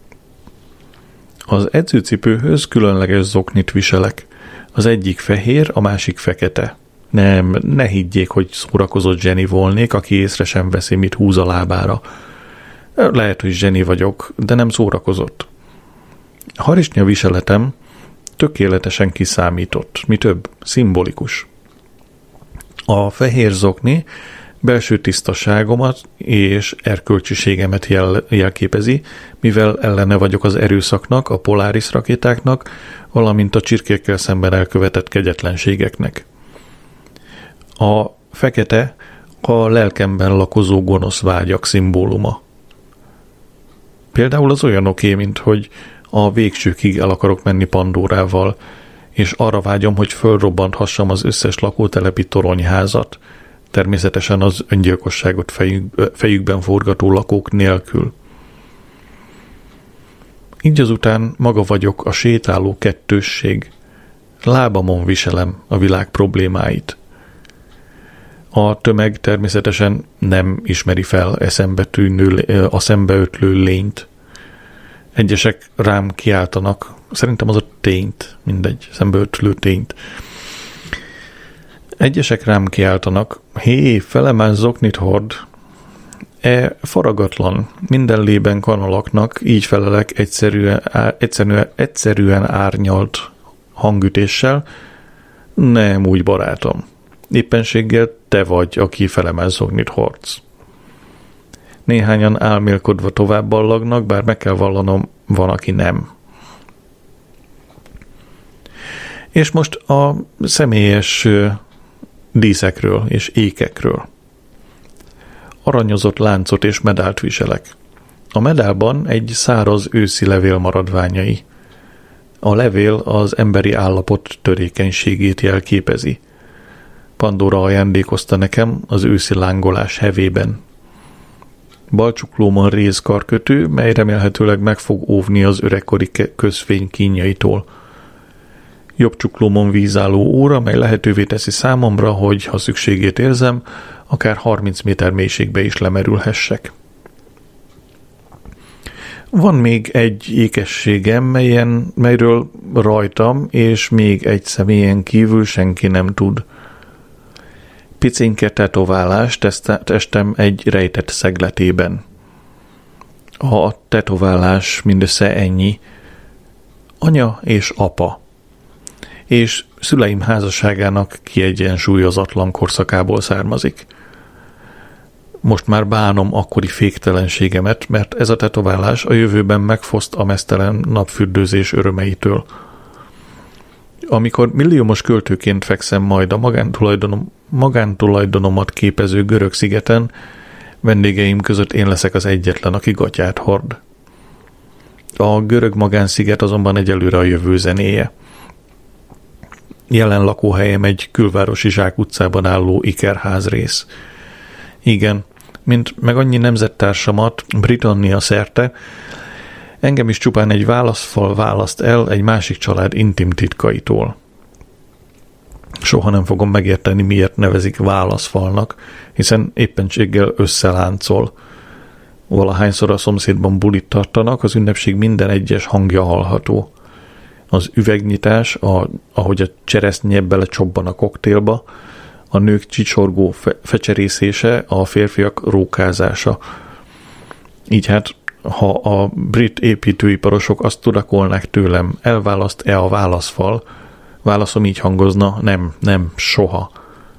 Az edzőcipőhöz különleges zoknit viselek. Az egyik fehér, a másik fekete. Ne higgyék, hogy szórakozott zseni volnék, aki észre sem veszi, mit húz a lábára. Lehet, hogy zseni vagyok, de nem szórakozott. Harisnya viseletem tökéletesen kiszámított, mi több, szimbolikus. A fehér zokni belső tisztaságomat és erkölcsiségemet jelképezi, mivel ellene vagyok az erőszaknak, a Polaris rakétáknak, valamint a csirkékkel szemben elkövetett kegyetlenségeknek. A fekete a lelkemben lakozó gonosz vágyak szimbóluma. Például az olyanoké, mint hogy a végsőkig el akarok menni Pandórával, és arra vágyom, hogy fölrobbanthassam az összes lakótelepi toronyházat, természetesen az öngyilkosságot fejükben forgató lakók nélkül. Így azután maga vagyok a sétáló kettősség. Lábamon viselem a világ problémáit. A tömeg természetesen nem ismeri fel a szembeötlő lényt. Egyesek rám kiáltanak, szerintem az a tényt, mindegy, szembeötlő tényt. Egyesek rám kiáltanak, hé, felemás zoknit hord. Faragatlan, minden lében kanalaknak, így felelek egyszerűen árnyalt hangütéssel. Nem úgy, barátom. Éppenséggel te vagy, aki felemás zoknit hordsz. Néhányan álmélkodva tovább ballagnak, bár meg kell vallanom, van, aki nem. És most a személyes díszekről és ékekről. Aranyozott láncot és medált viselek. A medálban egy száraz őszi levél maradványai. A levél az emberi állapot törékenységét jelképezi. Pandóra ajándékozta nekem az őszi lángolás hevében. Bal csuklómon rézkarkötő, mely remélhetőleg meg fog óvni az öregkori közfény kínjaitól. Jobb csuklómon vízálló óra, mely lehetővé teszi számomra, hogy, ha szükségét érzem, akár 30 méter mélységbe is lemerülhessek. Van még egy ékességem, melyről rajtam és még egy személyen kívül senki nem tud. Picinke tetoválás testem egy rejtett szegletében. A tetoválás mindössze ennyi. Anya és apa. És szüleim házasságának kiegyensúlyozatlan korszakából származik. Most már bánom akkori féktelenségemet, mert ez a tetoválás a jövőben megfoszt a meztelen napfürdőzés örömeitől. Amikor milliómos költőként fekszem majd a magántulajdonomat képező görög szigeten, vendégeim között én leszek az egyetlen, aki gatyát hord. A görög magánsziget azonban egyelőre a jövő zenéje. Jelen lakóhelyem egy külvárosi zsákutcában álló ikerházrész. Igen, mint meg annyi nemzettársamat Britannia szerte, engem is csupán egy válaszfal választ el egy másik család intim titkaitól. Soha nem fogom megérteni, miért nevezik válaszfalnak, hiszen éppenséggel összeláncol. Valahányszor a szomszédban bulit tartanak, az ünnepség minden egyes hangja hallható. Az üvegnyitás, ahogy a cseresznye belecsobban a koktélba, a nők csicsorgó fecserészése, a férfiak rókázása. Így hát, ha a brit építőiparosok azt tudakolnák tőlem, elválaszt-e a válaszfal, válaszom így hangozna, nem, soha.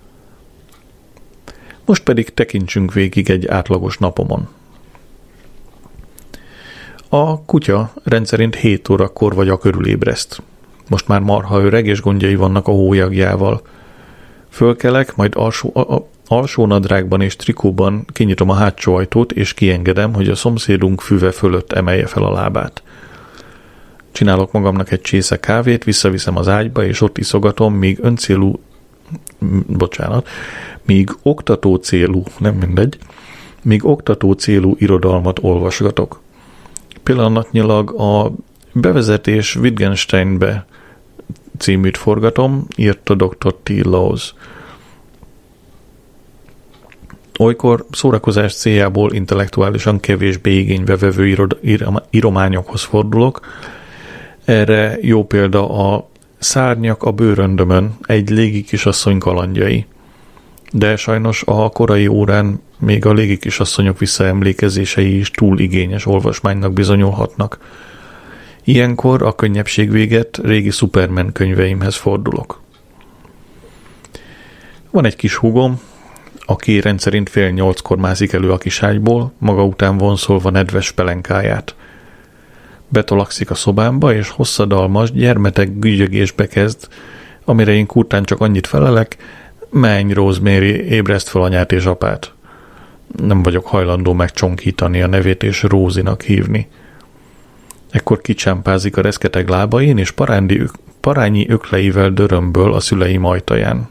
Most pedig tekintsünk végig egy átlagos napomon. A kutya rendszerint 7 órakor vagy a körül ébreszt. Most már marha öreg, és gondjai vannak a hólyagjával. Fölkelek, majd alsó nadrágban és trikóban kinyitom a hátsó ajtót, és kiengedem, hogy a szomszédunk füve fölött emelje fel a lábát. Csinálok magamnak egy csésze kávét, visszaviszem az ágyba, és ott iszogatom, míg oktató célú irodalmat olvasgatok. Pillanatnyilag a Bevezetés Wittgensteinbe címűt forgatom, írta Dr. T. Lawes. Olykor szórakozás céljából intellektuálisan kevésbé igénybe vevő írományokhoz fordulok. Erre jó példa a Szárnyak a bőröndömön, egy légikisasszony kalandjai. De sajnos a korai órán még a légikisasszonyok visszaemlékezései is túl igényes olvasmánynak bizonyulhatnak. Ilyenkor a könnyebbség véget régi Superman könyveimhez fordulok. Van egy kis húgom, aki rendszerint 7:30 mászik elő a kiságyból, maga után vonszolva nedves pelenkáját. Betolakszik a szobámba, és hosszadalmas, gyermetek gügyögésbe kezd, amire én kurtán csak annyit felelek: menj, Rosemary, ébreszt fel anyát és apát. Nem vagyok hajlandó megcsonkítani a nevét és Rózinak hívni. Ekkor kicsámpázik a reszketeg lábain, és parányi ökleivel dörömböl a szüleim ajtaján.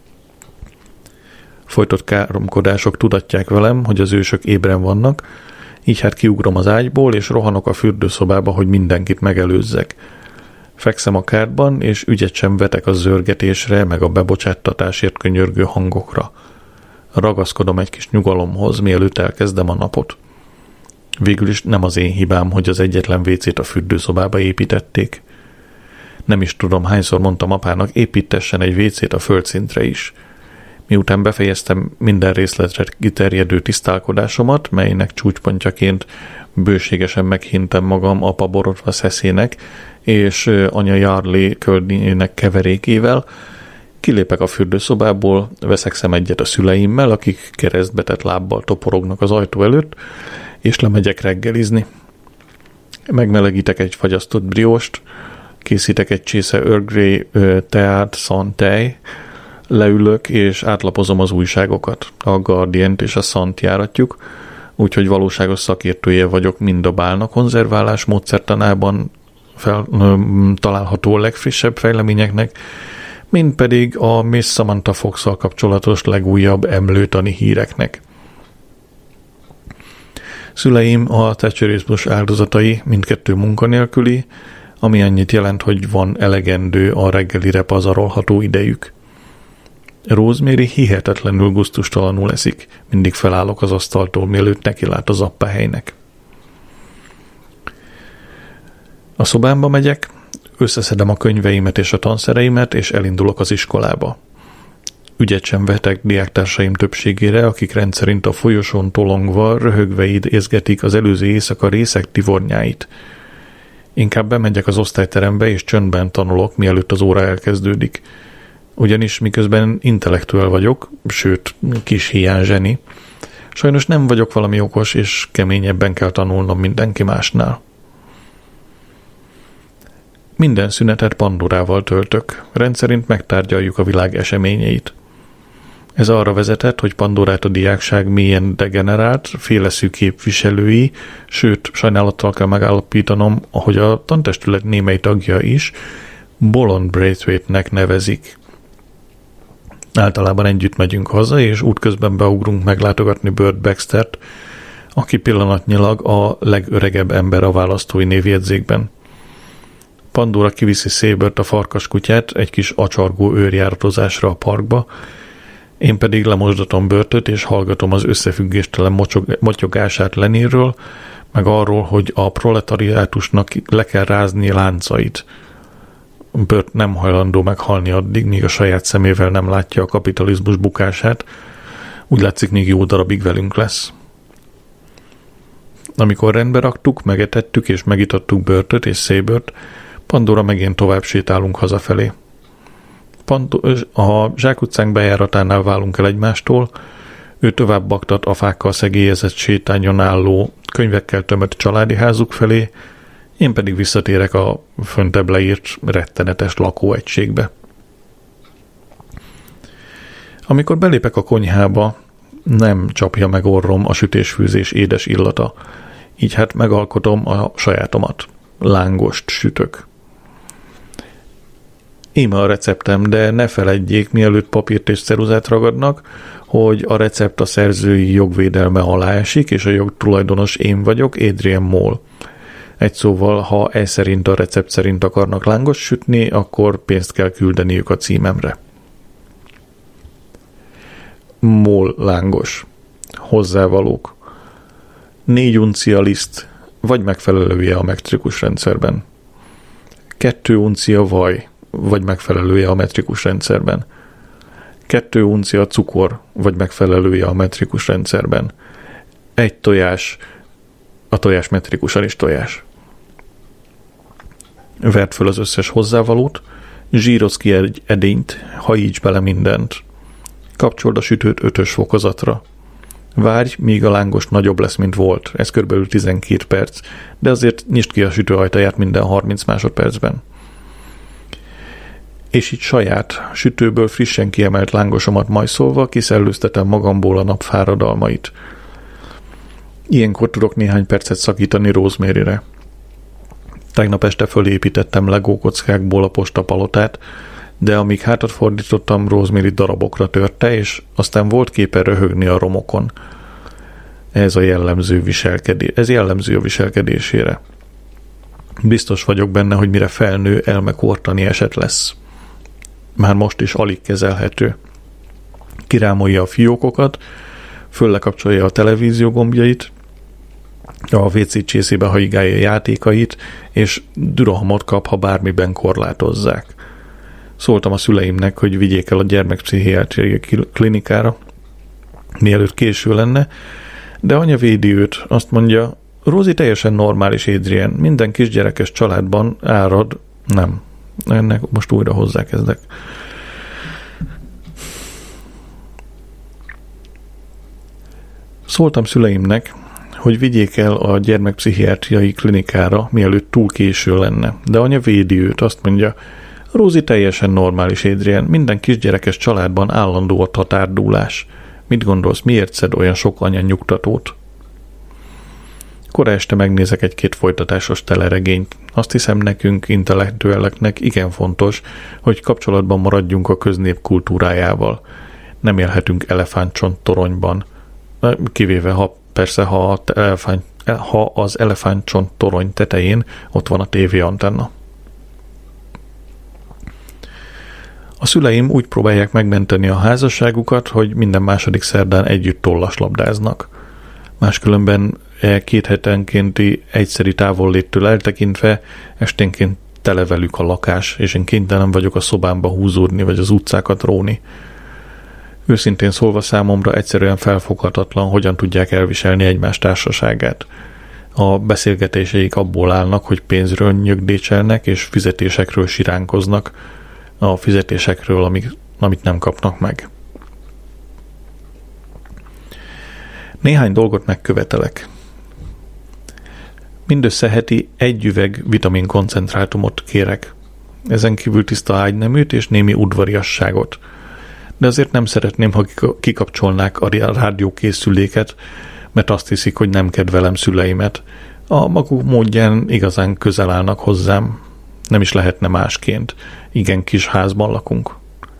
Folytott káromkodások tudatják velem, hogy az ősök ébren vannak, így hát kiugrom az ágyból, és rohanok a fürdőszobába, hogy mindenkit megelőzzek. Fekszem a kádban, és ügyet sem vetek a zörgetésre, meg a bebocsáttatásért könyörgő hangokra. Ragaszkodom egy kis nyugalomhoz, mielőtt elkezdem a napot. Végül is nem az én hibám, hogy az egyetlen WC-t a fürdőszobába építették. Nem is tudom, hányszor mondtam apának, építessen egy WC-t a földszintre is. Miután befejeztem minden részletre kiterjedő tisztálkodásomat, melynek csúcspontjaként bőségesen meghintem magam apa borotva szeszének és anya Jarlé köldének keverékével, kilépek a fürdőszobából, veszekszem egyet a szüleimmel, akik keresztbetett lábbal toporognak az ajtó előtt, és lemegyek reggelizni. Megmelegítek egy fagyasztott briost, készítek egy csésze Earl Grey teát, szantej, leülök és átlapozom az újságokat. A Guardiant és a Sunt járatjuk, úgyhogy valóságos szakértője vagyok mind a bálna konzerválás módszertanában található legfrissebb fejleményeknek, mind pedig a Miss Samantha Fox-szal kapcsolatos legújabb emlőtani híreknek. Szüleim a thatcherizmus áldozatai, mindkettő munkanélküli, ami annyit jelent, hogy van elegendő a reggelire pazarolható idejük. Rosemary hihetetlenül gusztustalanul eszik, mindig felállok az asztaltól, mielőtt nekilát az appahelynek. A szobámba megyek, összeszedem a könyveimet és a tanszereimet, és elindulok az iskolába. Ügyet sem vetek diáktársaim többségére, akik rendszerint a folyosón tolongva, röhögve idézgetik az előző éjszaka részek tivornyáit. Inkább bemegyek az osztályterembe, és csöndben tanulok, mielőtt az óra elkezdődik. Ugyanis miközben intellektuál vagyok, sőt, kis hiányzseni, sajnos nem vagyok valami okos, és keményebben kell tanulnom mindenki másnál. Minden szünetet Pandorával töltök, rendszerint megtárgyaljuk a világ eseményeit. Ez arra vezetett, hogy Pandorát a diákság mélyen degenerált, féleszű képviselői, sőt, sajnálattal kell megállapítanom, hogy a tantestület némely tagja is Bolond Braithwaite-nek nevezik. Általában együtt megyünk haza, és útközben beugrunk meglátogatni Burt Baxtert, aki pillanatnyilag a legöregebb ember a választói névjegyzékben. Pandora kiviszi Sabert, a farkaskutyát egy kis acsargó őrjáratozásra a parkba, én pedig lemosdatom Burtot, és hallgatom az összefüggéstelen motyogását Lenirről, meg arról, hogy a proletariátusnak le kell rázni láncait. Burt nem hajlandó meghalni addig, míg a saját szemével nem látja a kapitalizmus bukását. Úgy látszik, még jó darabig velünk lesz. Amikor rendbe raktuk, megetettük és megitattuk Burtot és Sabert, Pandora meg én tovább sétálunk hazafelé. A zsákutcánk bejáratánál válunk el egymástól, ő tovább baktat a fákkal szegélyezett sétányon álló, könyvekkel tömött családi házuk felé, Én pedig visszatérek a föntebb leírt rettenetes lakóegységbe. Amikor belépek a konyhába, nem csapja meg orrom a sütésfűzés édes illata, így hát megalkotom a sajátomat. Lángost sütök. Íme a receptem, de ne feledjék, mielőtt papírt és ceruzát ragadnak, hogy a recept a szerzői jogvédelme alá esik, és a jogtulajdonos én vagyok, Adrian Mole. Egy szóval, ha ez szerint a recept szerint akarnak lángost sütni, akkor pénzt kell küldeniük a címemre. Mole lángos. Hozzávalók. 4 uncia liszt, vagy megfelelője a metrikus rendszerben. 2 uncia vaj, vagy megfelelője a metrikus rendszerben. 2 uncia cukor, vagy megfelelője a metrikus rendszerben. 1 tojás, a tojás metrikusan is tojás. Verd föl az összes hozzávalót, zsíroz ki egy edényt, hajíts bele mindent. Kapcsold a sütőt 5-ös fokozatra. Várj, míg a lángos nagyobb lesz, mint volt. Ez kb. 12 perc, de azért nyisd ki a sütő ajtaját minden 30 másodpercben. És így saját, sütőből frissen kiemelt lángosomat majszolva kiszellőztetem magamból a nap fáradalmait. Ilyenkor tudok néhány percet szakítani Rosemary-re. Tegnap este fölépítettem legókockákból a postapalotát, de amíg hátat fordítottam, Rosemary darabokra törte, és aztán volt képe röhögni a romokon. Ez jellemző a viselkedésére. Biztos vagyok benne, hogy mire felnő, elmekortani eset lesz. Már most is alig kezelhető. Kirámolja a fiókokat, föllekapcsolja a televízió gombjait, a WC csészébe haigálja játékait, és dürohamot kap, ha bármiben korlátozzák. Szóltam a szüleimnek, hogy vigyék el a gyermekpszichiátriai klinikára, mielőtt késő lenne, de anya védi őt, azt mondja, Rózi teljesen normális, Adrian, minden kisgyerekes családban árad, nem. Ennek most újra hozzákezdek. Szóltam szüleimnek, hogy vigyék el a gyermekpszichiátriai klinikára, mielőtt túl késő lenne, de anya védi őt, azt mondja, Rózi teljesen normális, Adrian, minden kisgyerekes családban állandó a tatárdúlás. Mit gondolsz, miért szed olyan sok anya nyugtatót? Kora este megnézek 1-2 folytatásos teleregényt. Azt hiszem, nekünk, intellektuelleknek igen fontos, hogy kapcsolatban maradjunk a köznép kultúrájával. Nem élhetünk elefántcsont-toronyban. Kivéve, ha az elefántcsont-torony tetején ott van a tévéantenna. A szüleim úgy próbálják megmenteni a házasságukat, hogy minden második szerdán együtt tollaslabdáznak. Máskülönben 2 hetenkénti egyszeri távolléttől eltekintve esténként tele velük a lakás, és én kénytelen vagyok a szobámba húzódni, vagy az utcákat róni. Őszintén szólva számomra egyszerűen felfoghatatlan, hogyan tudják elviselni egymás társaságát. A beszélgetéseik abból állnak, hogy pénzről nyögdécselnek, és fizetésekről siránkoznak, a fizetésekről, amit nem kapnak meg. Néhány dolgot megkövetelek. Mindössze heti 1 üveg vitaminkoncentrátumot kérek. Ezen kívül tiszta ágyneműt és némi udvariasságot. De azért nem szeretném, ha kikapcsolnák a rádiókészüléket, mert azt hiszik, hogy nem kedvelem szüleimet. A maguk módján igazán közel állnak hozzám. Nem is lehetne másként. Igen, kis házban lakunk.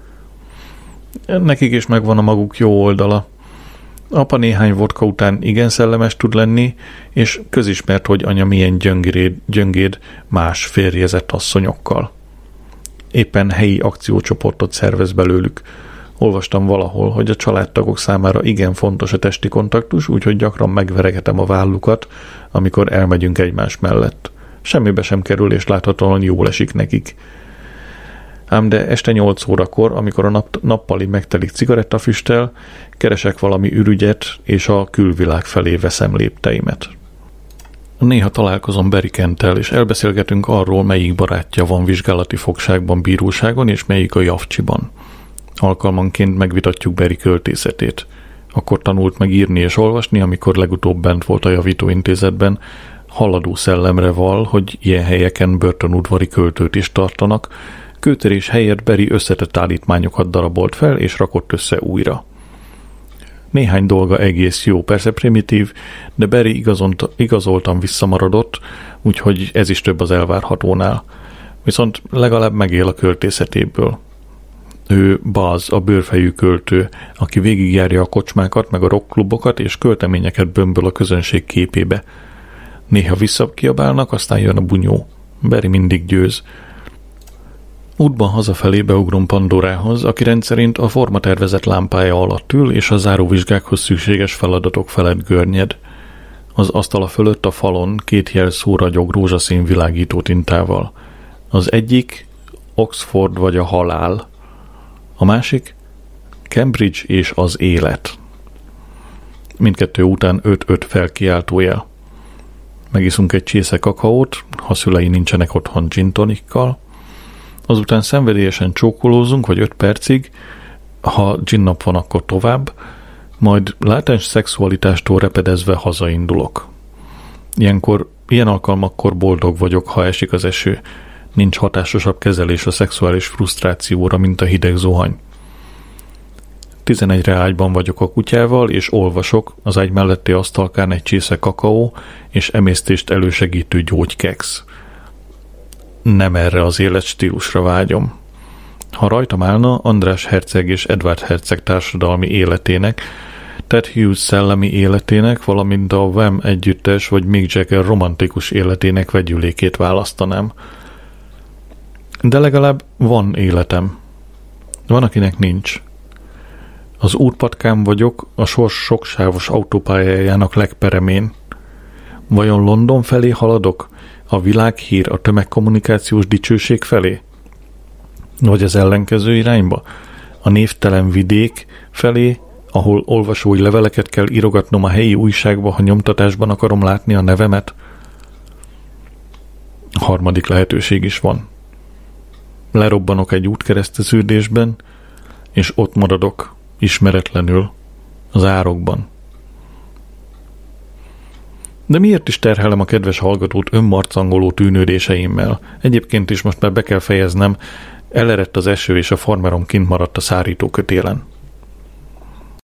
Nekik is megvan a maguk jó oldala. Apa néhány vodka után igen szellemes tud lenni, és közismert, hogy anya milyen gyöngéd más férjezett asszonyokkal. Éppen helyi akciócsoportot szervez belőlük. Olvastam valahol, hogy a családtagok számára igen fontos a testi kontaktus, úgyhogy gyakran megveregetem a vállukat, amikor elmegyünk egymás mellett. Semmibe sem kerül, és láthatóan jól esik nekik. Ám de este 8 órakor, amikor a nappali megtelik cigarettafüsttel, keresek valami ürügyet, és a külvilág felé veszem lépteimet. Néha találkozom Barry Kenttel, és elbeszélgetünk arról, melyik barátja van vizsgálati fogságban, bíróságon, és melyik a Javcsiban. Alkalmanként megvitatjuk Barry költészetét. Akkor tanult meg írni és olvasni, amikor legutóbb bent volt a javítóintézetben, Haladó szellemre val, hogy ilyen helyeken börtönudvari költőt is tartanak, kőtörés helyett Barry összetett állítmányokat darabolt fel és rakott össze újra. Néhány dolga egész jó, persze primitív, de Barry igazoltan visszamaradott, úgyhogy ez is több az elvárhatónál. Viszont legalább megél a költészetéből. Ő Buzz, a bőrfejű költő, aki végigjárja a kocsmákat, meg a rockklubokat, és költeményeket bömböl a közönség képébe. Néha visszakiabálnak, aztán jön a bunyó. Barry mindig győz. Útban hazafelé beugrom Pandorához, aki rendszerint a formatervezett lámpája alatt ül, és a záróvizsgákhoz szükséges feladatok felett görnyed. Az asztala fölött a falon 2 jelszó ragyog rózsaszín világító tintával. Az egyik Oxford vagy a halál, a másik Cambridge és az élet. Mindkettő után 5-5 felkiáltójel. Megiszunk egy csésze kakaót, ha szülei nincsenek otthon gin tonikkal, azután szenvedélyesen csókolózunk, vagy 5 percig, ha gin nap van, akkor tovább, majd látens szexualitástól repedezve hazaindulok. Ilyen alkalmakkor boldog vagyok, ha esik az eső. Nincs hatásosabb kezelés a szexuális frusztrációra, mint a hideg zuhany. 11-re ágyban vagyok a kutyával, és olvasok, az ágy melletti asztalkán egy csésze kakaó, és emésztést elősegítő gyógykeksz. Nem erre az életstílusra vágyom. Ha rajtam állna András herceg és Edward herceg társadalmi életének, Ted Hughes szellemi életének, valamint a Wham együttes vagy Mick Jagger romantikus életének vegyülékét választanám. De legalább van életem. Van, akinek nincs. Az útpatkán vagyok a sors soksávos autópályájának legperemén. Vajon London felé haladok? A világhír, a tömegkommunikációs dicsőség felé? Vagy az ellenkező irányba? A névtelen vidék felé, ahol olvasói leveleket kell írogatnom a helyi újságba, ha nyomtatásban akarom látni a nevemet? A harmadik lehetőség is van. Lerobbanok egy útkereszteződésben, és ott maradok, ismeretlenül, az árokban. De miért is terhelem a kedves hallgatót önmarcangoló tűnődéseimmel? Egyébként is most már be kell fejeznem, elerett az eső, és a farmerom kint maradt a szárítókötélen.